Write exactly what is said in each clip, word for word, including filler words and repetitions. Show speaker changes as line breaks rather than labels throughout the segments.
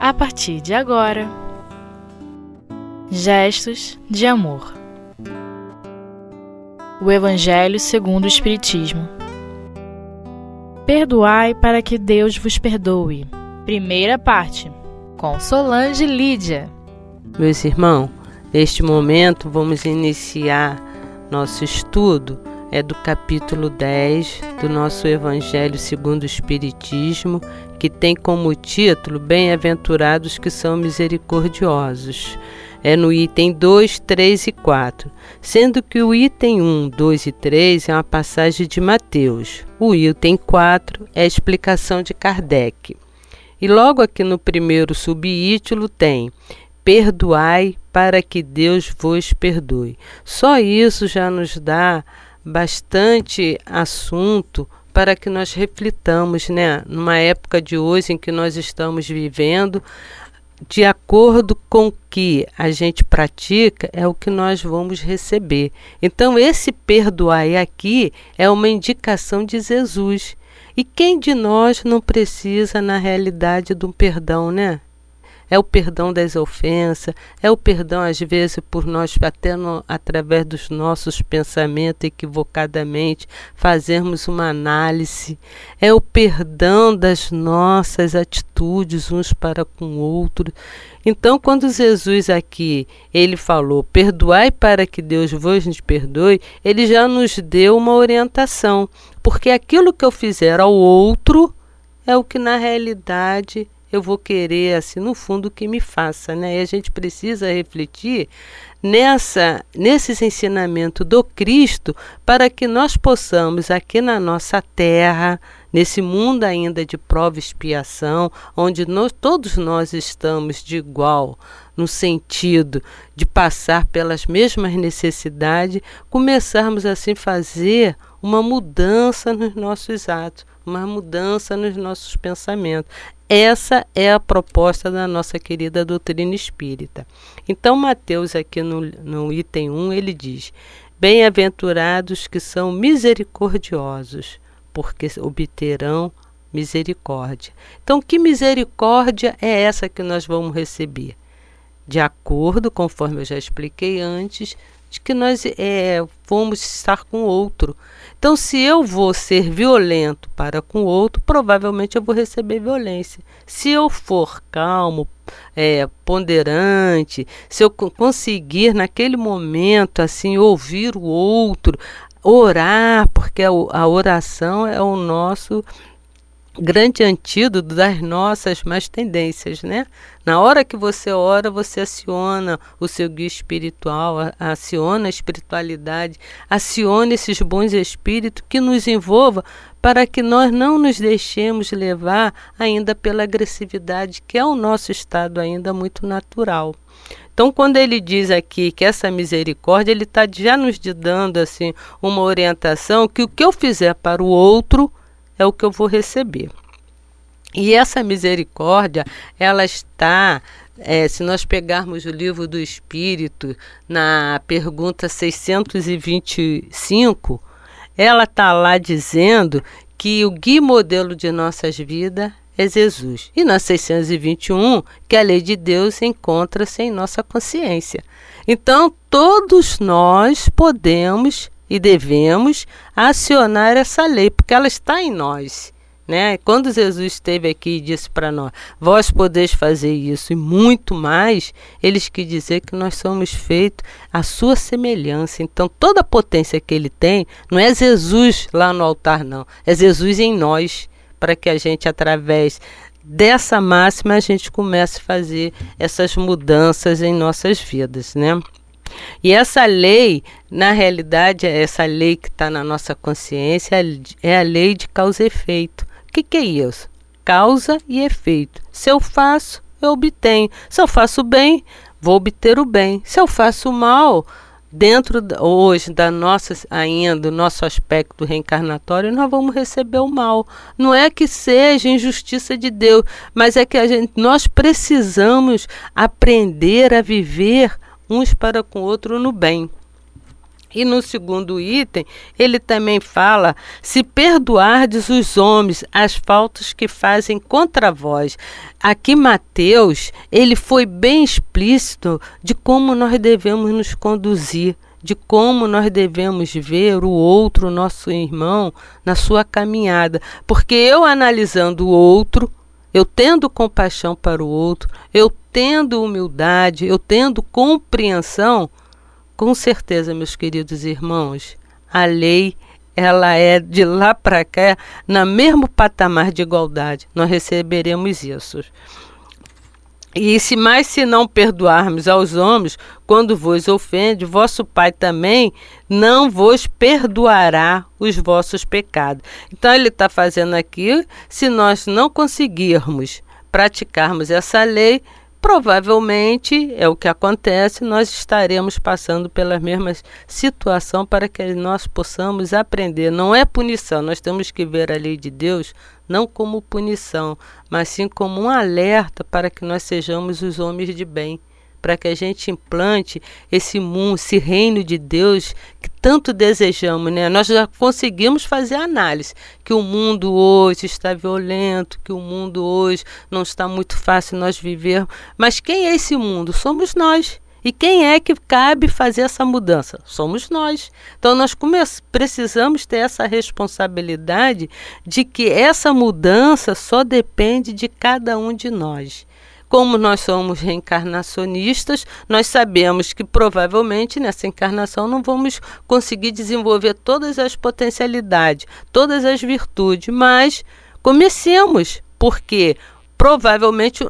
a partir de agora. Gestos de amor. O Evangelho segundo o Espiritismo. Perdoai para que Deus vos perdoe. Primeira parte, com Solange Lídia.
Meus irmãos, neste momento vamos iniciar nosso estudo, é do capítulo dez do nosso Evangelho segundo o Espiritismo, que tem como título Bem-aventurados que são misericordiosos. É no item dois, três e quatro, sendo que o item um, dois e três é uma passagem de Mateus. O item quatro é a explicação de Kardec. E logo aqui no primeiro subtítulo tem Perdoai para que Deus vos perdoe. Só isso já nos dá bastante assunto para que nós reflitamos, né? Numa época de hoje em que nós estamos vivendo, de acordo com o que a gente pratica, é o que nós vamos receber. Então, esse perdoai aqui é uma indicação de Jesus. E quem de nós não precisa, na realidade, de um perdão, né? É o perdão das ofensas, é o perdão, às vezes, por nós, até no, através dos nossos pensamentos, equivocadamente, fazermos uma análise. É o perdão das nossas atitudes uns para com o outro. Então, quando Jesus aqui, ele falou, perdoai para que Deus vos perdoe, ele já nos deu uma orientação. Porque aquilo que eu fizer ao outro é o que, na realidade, eu vou querer, assim, no fundo, que me faça, né? E a gente precisa refletir nessa, nesses ensinamentos do Cristo para que nós possamos, aqui na nossa terra, nesse mundo ainda de prova e expiação, onde nós, todos nós estamos de igual, no sentido de passar pelas mesmas necessidades, começarmos assim a fazer uma mudança nos nossos atos, uma mudança nos nossos pensamentos. Essa é a proposta da nossa querida doutrina espírita. Então, Mateus, aqui no, no item um, ele diz, bem-aventurados que são misericordiosos, porque obterão misericórdia. Então, que misericórdia é essa que nós vamos receber? De acordo, conforme eu já expliquei antes, de que nós é, vamos estar com o outro. Então, se eu vou ser violento para com o outro, provavelmente eu vou receber violência. Se eu for calmo, é, ponderante, se eu conseguir naquele momento assim ouvir o outro, orar, porque a, a oração é o nosso grande antídoto das nossas más tendências, né? Na hora que você ora, você aciona o seu guia espiritual, aciona a espiritualidade, aciona esses bons espíritos que nos envolvam para que nós não nos deixemos levar ainda pela agressividade, que é o nosso estado ainda muito natural. Então, quando ele diz aqui que essa misericórdia, ele está já nos dando assim, uma orientação que o que eu fizer para o outro é o que eu vou receber. E essa misericórdia, ela está, é, se nós pegarmos o livro do Espírito, na pergunta seiscentos e vinte e cinco, ela está lá dizendo que o guia modelo de nossas vidas é Jesus. E na seiscentos e vinte e um, que a lei de Deus encontra-se em nossa consciência. Então, todos nós podemos e devemos acionar essa lei, porque ela está em nós, né? Quando Jesus esteve aqui e disse para nós, vós podeis fazer isso e muito mais, eles quis dizer que nós somos feitos à sua semelhança. Então, toda a potência que ele tem, não é Jesus lá no altar, não. É Jesus em nós, para que a gente, através dessa máxima, a gente comece a fazer essas mudanças em nossas vidas, né? E essa lei, na realidade, essa lei que está na nossa consciência é a lei de causa e efeito. O que, que é isso? Causa e efeito. Se eu faço, eu obtenho. Se eu faço bem, vou obter o bem. Se eu faço mal, dentro hoje da nossa, ainda do nosso aspecto reencarnatório, nós vamos receber o mal. Não é que seja injustiça de Deus, mas é que a gente, nós precisamos aprender a viver uns para com o outro no bem. E no segundo item, ele também fala, se perdoardes os homens as faltas que fazem contra vós. Aqui Mateus, ele foi bem explícito de como nós devemos nos conduzir, de como nós devemos ver o outro, nosso irmão, na sua caminhada. Porque eu analisando o outro, eu tendo compaixão para o outro, eu tendo humildade, eu tendo compreensão, com certeza, meus queridos irmãos, a lei, ela é de lá para cá, no mesmo patamar de igualdade. Nós receberemos isso. E se mais se não perdoarmos aos homens, quando vos ofende, vosso Pai também não vos perdoará os vossos pecados. Então ele está fazendo aqui, se nós não conseguirmos praticarmos essa lei, provavelmente, é o que acontece, nós estaremos passando pelas mesmas situações para que nós possamos aprender. Não é punição, nós temos que ver a lei de Deus não como punição, mas sim como um alerta para que nós sejamos os homens de bem, para que a gente implante esse mundo, esse reino de Deus que tanto desejamos, né? Nós já conseguimos fazer análise que o mundo hoje está violento, que o mundo hoje não está muito fácil nós vivermos. Mas quem é esse mundo? Somos nós. E quem é que cabe fazer essa mudança? Somos nós. Então nós precisamos ter essa responsabilidade de que essa mudança só depende de cada um de nós. Como nós somos reencarnacionistas, nós sabemos que provavelmente nessa encarnação não vamos conseguir desenvolver todas as potencialidades, todas as virtudes, mas comecemos, porque provavelmente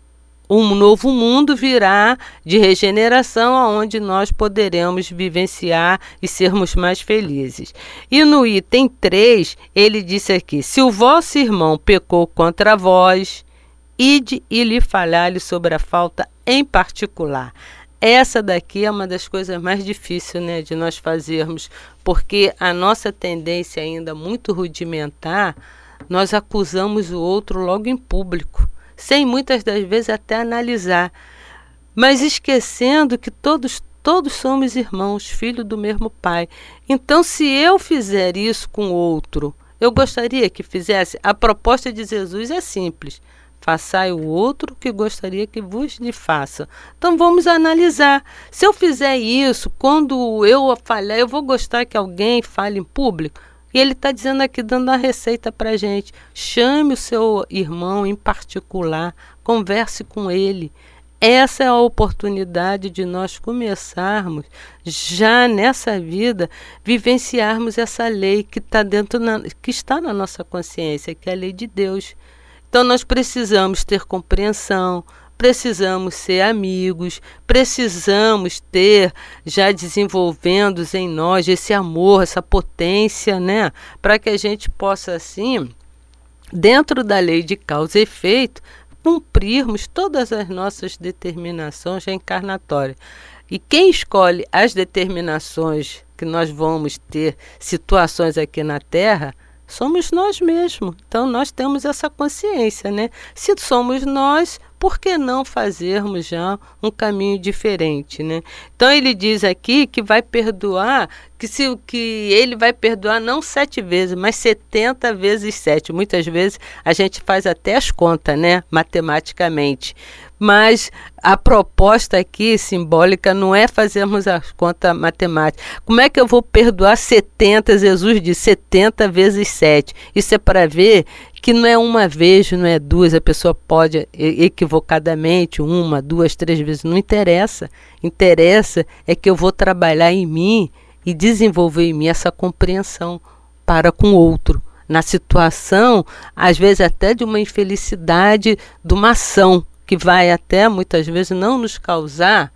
um novo mundo virá de regeneração, onde nós poderemos vivenciar e sermos mais felizes. E no item três, ele disse aqui, se o vosso irmão pecou contra vós, ide e lhe falhar-lhe sobre a falta em particular. Essa daqui é uma das coisas mais difíceis, né, de nós fazermos, porque a nossa tendência ainda muito rudimentar, nós acusamos o outro logo em público, sem muitas das vezes até analisar, mas esquecendo que todos, todos somos irmãos, filhos do mesmo pai. Então, se eu fizer isso com outro, eu gostaria que fizesse, a proposta de Jesus é simples, façai o outro que gostaria que vos lhe faça. Então vamos analisar. Se eu fizer isso, quando eu falhar, eu vou gostar que alguém fale em público? E ele está dizendo aqui, dando a receita para a gente. Chame o seu irmão em particular, converse com ele. Essa é a oportunidade de nós começarmos, já nessa vida, vivenciarmos essa lei que, tá dentro na, que está na nossa consciência, que é a lei de Deus. Então nós precisamos ter compreensão, precisamos ser amigos, precisamos ter, já desenvolvendo em nós esse amor, essa potência, né? Para que a gente possa, assim, dentro da lei de causa e efeito, cumprirmos todas as nossas determinações reencarnatórias. E quem escolhe as determinações que nós vamos ter, situações aqui na Terra, somos nós mesmos. Então nós temos essa consciência, né? Se somos nós, por que não fazermos já um caminho diferente, né? Então ele diz aqui que vai perdoar, que, se, que ele vai perdoar não sete vezes, mas setenta vezes sete. Muitas vezes a gente faz até as contas, né? Matematicamente. Mas a proposta aqui, simbólica, não é fazermos as contas matemáticas. Como é que eu vou perdoar setenta? Jesus diz setenta vezes sete. Isso é para ver que não é uma vez, não é duas. A pessoa pode equivocadamente, uma, duas, três vezes. Não interessa. Interessa é que eu vou trabalhar em mim e desenvolver em mim essa compreensão para com o outro. Na situação, às vezes até de uma infelicidade, de uma ação, que vai até, muitas vezes, não nos causar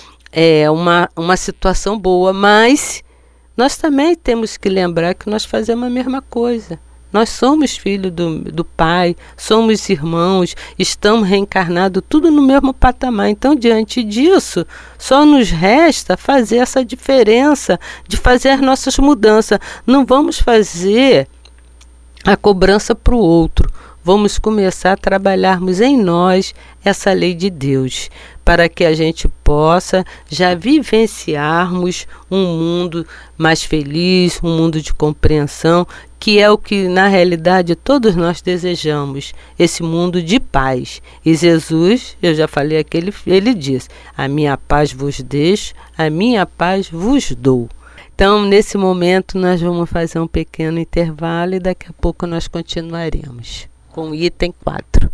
é, uma, uma situação boa, mas nós também temos que lembrar que nós fazemos a mesma coisa. Nós somos filhos do, do Pai, somos irmãos, estamos reencarnados, tudo no mesmo patamar. Então, diante disso, só nos resta fazer essa diferença, de fazer as nossas mudanças. Não vamos fazer a cobrança para o outro. vamos começar a trabalharmos em nós essa lei de Deus, para que a gente possa já vivenciarmos um mundo mais feliz, um mundo de compreensão, que é o que na realidade todos nós desejamos, esse mundo de paz. E Jesus, eu já falei aqui, ele, ele diz, a minha paz vos deixo, a minha paz vos dou. Então, nesse momento, nós vamos fazer um pequeno intervalo e daqui a pouco nós continuaremos com o item quatro.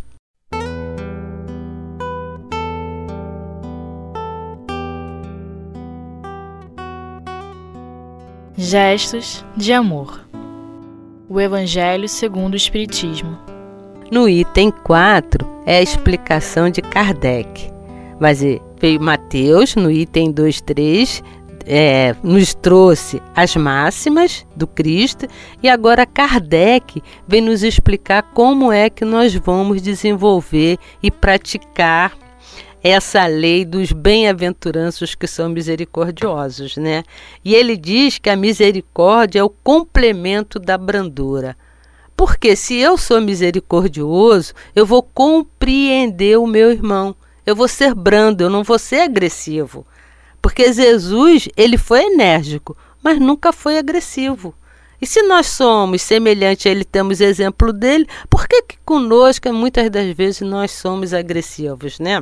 Gestos de amor. O Evangelho segundo o Espiritismo.
No item quatro é a explicação de Kardec. Mas veio Mateus, no item dois, três, é, nos trouxe as máximas do Cristo, e agora Kardec vem nos explicar como é que nós vamos desenvolver e praticar essa lei dos bem-aventuranços que são misericordiosos, né? E ele diz que a misericórdia é o complemento da brandura. Porque se eu sou misericordioso, eu vou compreender o meu irmão. Eu vou ser brando, eu não vou ser agressivo. Porque Jesus, ele foi enérgico, mas nunca foi agressivo. E se nós somos semelhantes a ele, temos exemplo dele, por que que conosco, muitas das vezes, nós somos agressivos, né?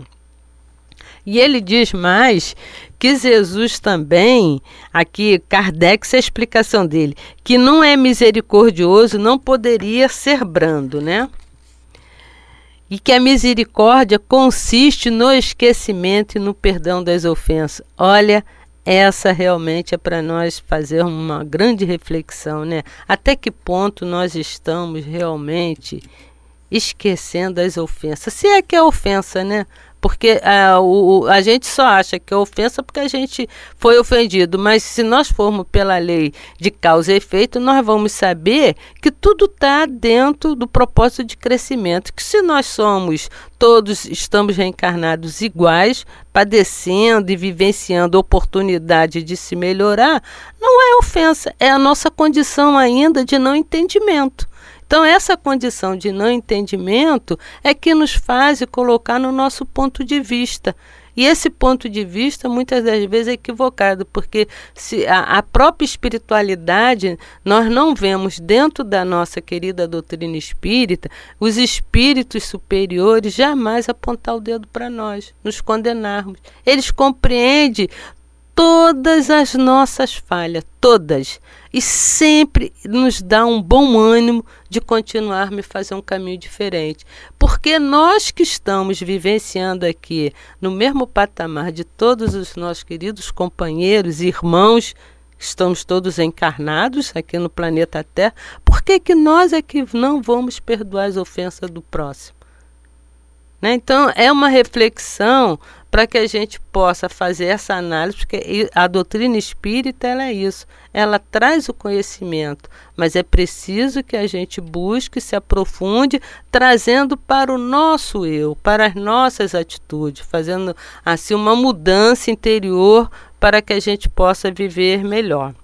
E ele diz mais que Jesus também, aqui Kardec, essa é a explicação dele, que não é misericordioso, não poderia ser brando, né? E que a misericórdia consiste no esquecimento e no perdão das ofensas. Olha, essa realmente é para nós fazer uma grande reflexão, né? Até que ponto nós estamos realmente esquecendo as ofensas? Se é que é ofensa, né? Porque a, o, a gente só acha que é ofensa porque a gente foi ofendido. Mas se nós formos pela lei de causa e efeito, nós vamos saber que tudo está dentro do propósito de crescimento. Que se nós somos, todos estamos reencarnados iguais, padecendo e vivenciando a oportunidade de se melhorar, não é ofensa, é a nossa condição ainda de não entendimento. Então, essa condição de não entendimento é que nos faz colocar no nosso ponto de vista. E esse ponto de vista, muitas das vezes, é equivocado, porque se a, a própria espiritualidade, nós não vemos dentro da nossa querida doutrina espírita, os espíritos superiores jamais apontar o dedo para nós, nos condenarmos. Eles compreendem todas as nossas falhas, todas, e sempre nos dá um bom ânimo de continuarmos a fazer um caminho diferente, porque nós que estamos vivenciando aqui no mesmo patamar de todos os nossos queridos companheiros e irmãos, estamos todos encarnados aqui no planeta Terra, por que que nós é que não vamos perdoar as ofensas do próximo? Né? Então, é uma reflexão para que a gente possa fazer essa análise, porque a doutrina espírita ela é isso, ela traz o conhecimento, mas é preciso que a gente busque, se aprofunde, trazendo para o nosso eu, para as nossas atitudes, fazendo assim uma mudança interior para que a gente possa viver melhor.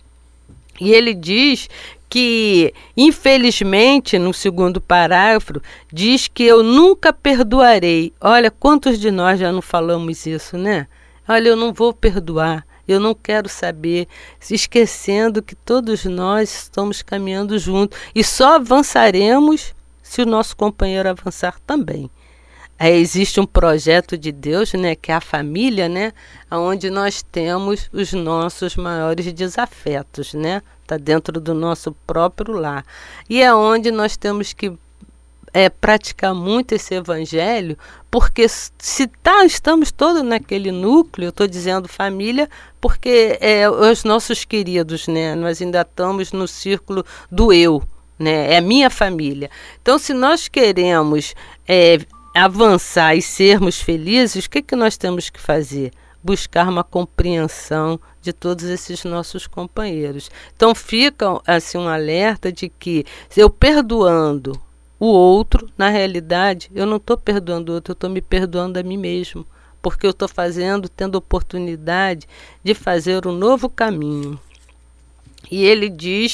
E ele diz que, infelizmente, no segundo parágrafo, diz que eu nunca perdoarei. Olha, quantos de nós já não falamos isso, né? Olha, eu não vou perdoar, eu não quero saber, esquecendo que todos nós estamos caminhando juntos e só avançaremos se o nosso companheiro avançar também. É, existe um projeto de Deus, né, que é a família, né, onde nós temos os nossos maiores desafetos, né, está dentro do nosso próprio lar. E é onde nós temos que é, praticar muito esse evangelho, porque se tá, estamos todos naquele núcleo, eu estou dizendo família, porque é, os nossos queridos, né, nós ainda estamos no círculo do eu, né, é a minha família. Então, se nós queremos é, avançar e sermos felizes, o que, que nós temos que fazer? Buscar uma compreensão de todos esses nossos companheiros. Então fica assim um alerta de que eu perdoando o outro, na realidade, eu não estou perdoando o outro, eu estou me perdoando a mim mesmo, porque eu estou fazendo, tendo oportunidade de fazer um novo caminho. E ele diz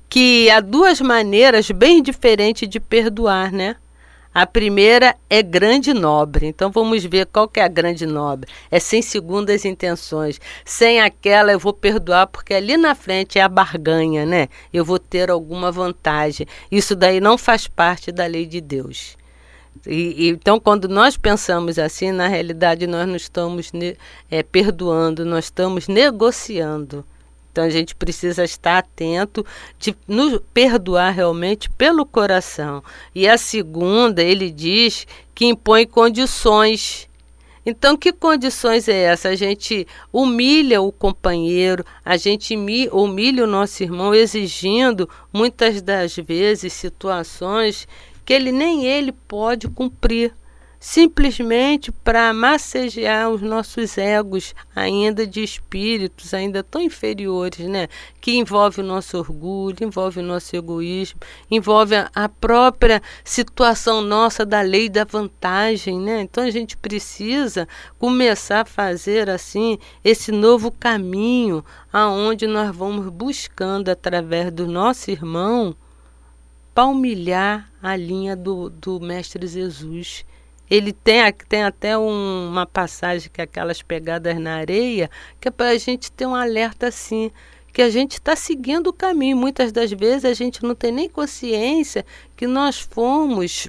que há duas maneiras bem diferentes de perdoar, né? A primeira é grande e nobre. Então vamos ver qual que é a grande e nobre. É sem segundas intenções. Sem aquela eu vou perdoar porque ali na frente é a barganha, né? Eu vou ter alguma vantagem. Isso daí não faz parte da lei de Deus. E, e, então, quando nós pensamos assim, na realidade nós não estamos é, perdoando, nós estamos negociando. Então a gente precisa estar atento de nos perdoar realmente pelo coração. E a segunda, ele diz que impõe condições. Então, que condições é essa? A gente humilha o companheiro, a gente humilha o nosso irmão, exigindo muitas das vezes situações que ele nem ele pode cumprir, simplesmente para massagear os nossos egos ainda de espíritos, ainda tão inferiores, né? Que envolve o nosso orgulho, envolve o nosso egoísmo, envolve a, a própria situação nossa da lei da vantagem, né? Então a gente precisa começar a fazer assim esse novo caminho aonde nós vamos buscando através do nosso irmão palmilhar a linha do, do Mestre Jesus. Ele tem, tem até um, uma passagem que é aquelas pegadas na areia, que é para a gente ter um alerta assim, que a gente está seguindo o caminho. Muitas das vezes a gente não tem nem consciência que nós fomos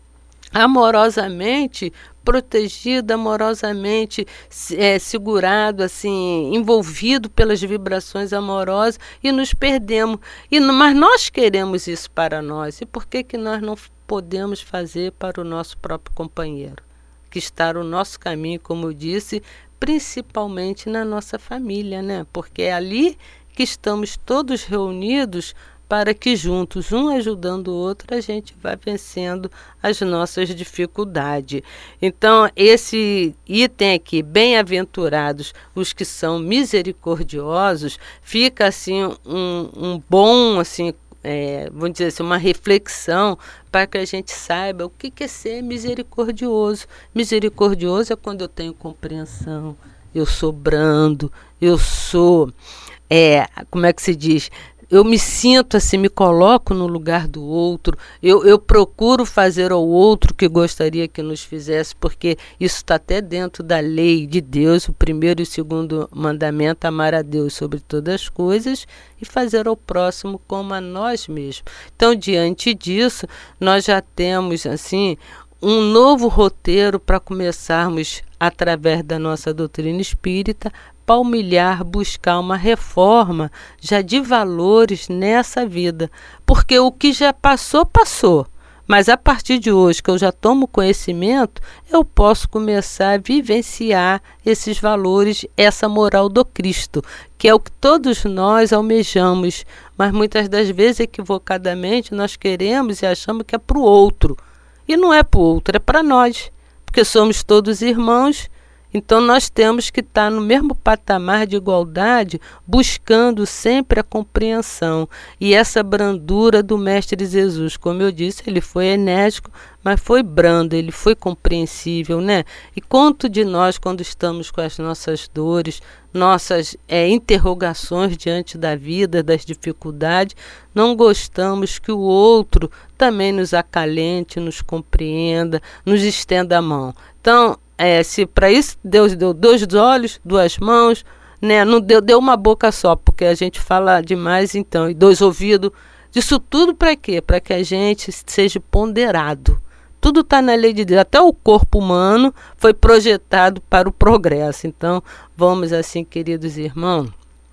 amorosamente protegido, amorosamente é, segurado, assim, envolvido pelas vibrações amorosas e nos perdemos. E, mas nós queremos isso para nós. E por que que nós não podemos fazer para o nosso próprio companheiro? Que está no nosso caminho, como eu disse, principalmente na nossa família, né? Porque é ali que estamos todos reunidos para que juntos, um ajudando o outro, a gente vai vencendo as nossas dificuldades. Então, esse item aqui, bem-aventurados os que são misericordiosos, fica assim um, um bom, assim, é, vamos dizer assim, uma reflexão para que a gente saiba o que é ser misericordioso. Misericordioso é quando eu tenho compreensão, eu sou brando, eu sou, é, como é que se diz? Eu me sinto assim, me coloco no lugar do outro, eu, eu procuro fazer ao outro o que gostaria que nos fizesse, porque isso está até dentro da lei de Deus, o primeiro e o segundo mandamento, amar a Deus sobre todas as coisas e fazer ao próximo como a nós mesmos. Então, diante disso, nós já temos assim um novo roteiro para começarmos, através da nossa doutrina espírita, palmilhar, buscar uma reforma já de valores nessa vida. Porque o que já passou, passou. Mas a partir de hoje, que eu já tomo conhecimento, eu posso começar a vivenciar esses valores, essa moral do Cristo, que é o que todos nós almejamos. Mas muitas das vezes, equivocadamente, nós queremos e achamos que é para o outro. E não é para o outro, é para nós. Porque somos todos irmãos. Então, nós temos que estar no mesmo patamar de igualdade, buscando sempre a compreensão. E essa brandura do Mestre Jesus, como eu disse, ele foi enérgico, mas foi brando, ele foi compreensível, né? E quanto de nós, quando estamos com as nossas dores, nossas é, interrogações diante da vida, das dificuldades, não gostamos que o outro também nos acalente, nos compreenda, nos estenda a mão. Então, É, se para isso Deus deu dois olhos, duas mãos, né? Não deu, deu uma boca só, porque a gente fala demais então, e dois ouvidos, isso tudo para quê? Para que a gente seja ponderado. Tudo está na lei de Deus, até o corpo humano foi projetado para o progresso. Então, vamos assim, queridos irmãos,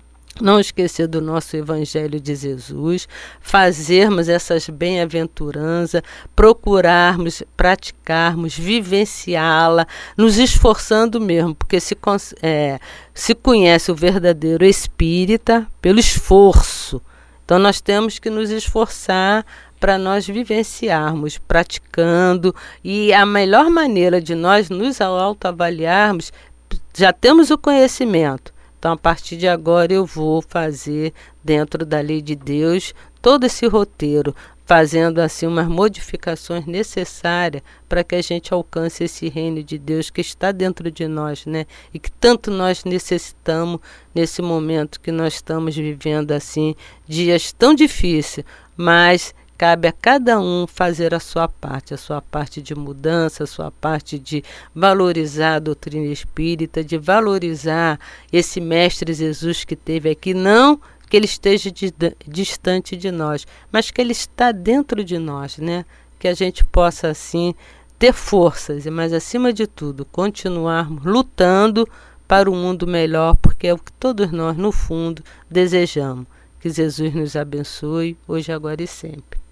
não esquecer do nosso Evangelho de Jesus, fazermos essas bem-aventuranças, procurarmos, praticarmos, vivenciá-la, nos esforçando mesmo, porque se, é, se conhece o verdadeiro espírita pelo esforço. Então nós temos que nos esforçar para nós vivenciarmos, praticando, e a melhor maneira de nós nos autoavaliarmos, já temos o conhecimento, Então, a partir de agora, eu vou fazer, dentro da lei de Deus, todo esse roteiro, fazendo assim umas modificações necessárias para que a gente alcance esse reino de Deus que está dentro de nós, né? E que tanto nós necessitamos nesse momento que nós estamos vivendo assim, dias tão difíceis, mas cabe a cada um fazer a sua parte, a sua parte de mudança, a sua parte de valorizar a doutrina espírita, de valorizar esse Mestre Jesus que teve aqui, não que ele esteja de, distante de nós, mas que ele está dentro de nós, né? Que a gente possa, assim, ter forças, mas, acima de tudo, continuarmos lutando para um mundo melhor, porque é o que todos nós, no fundo, desejamos. Que Jesus nos abençoe, hoje, agora e sempre.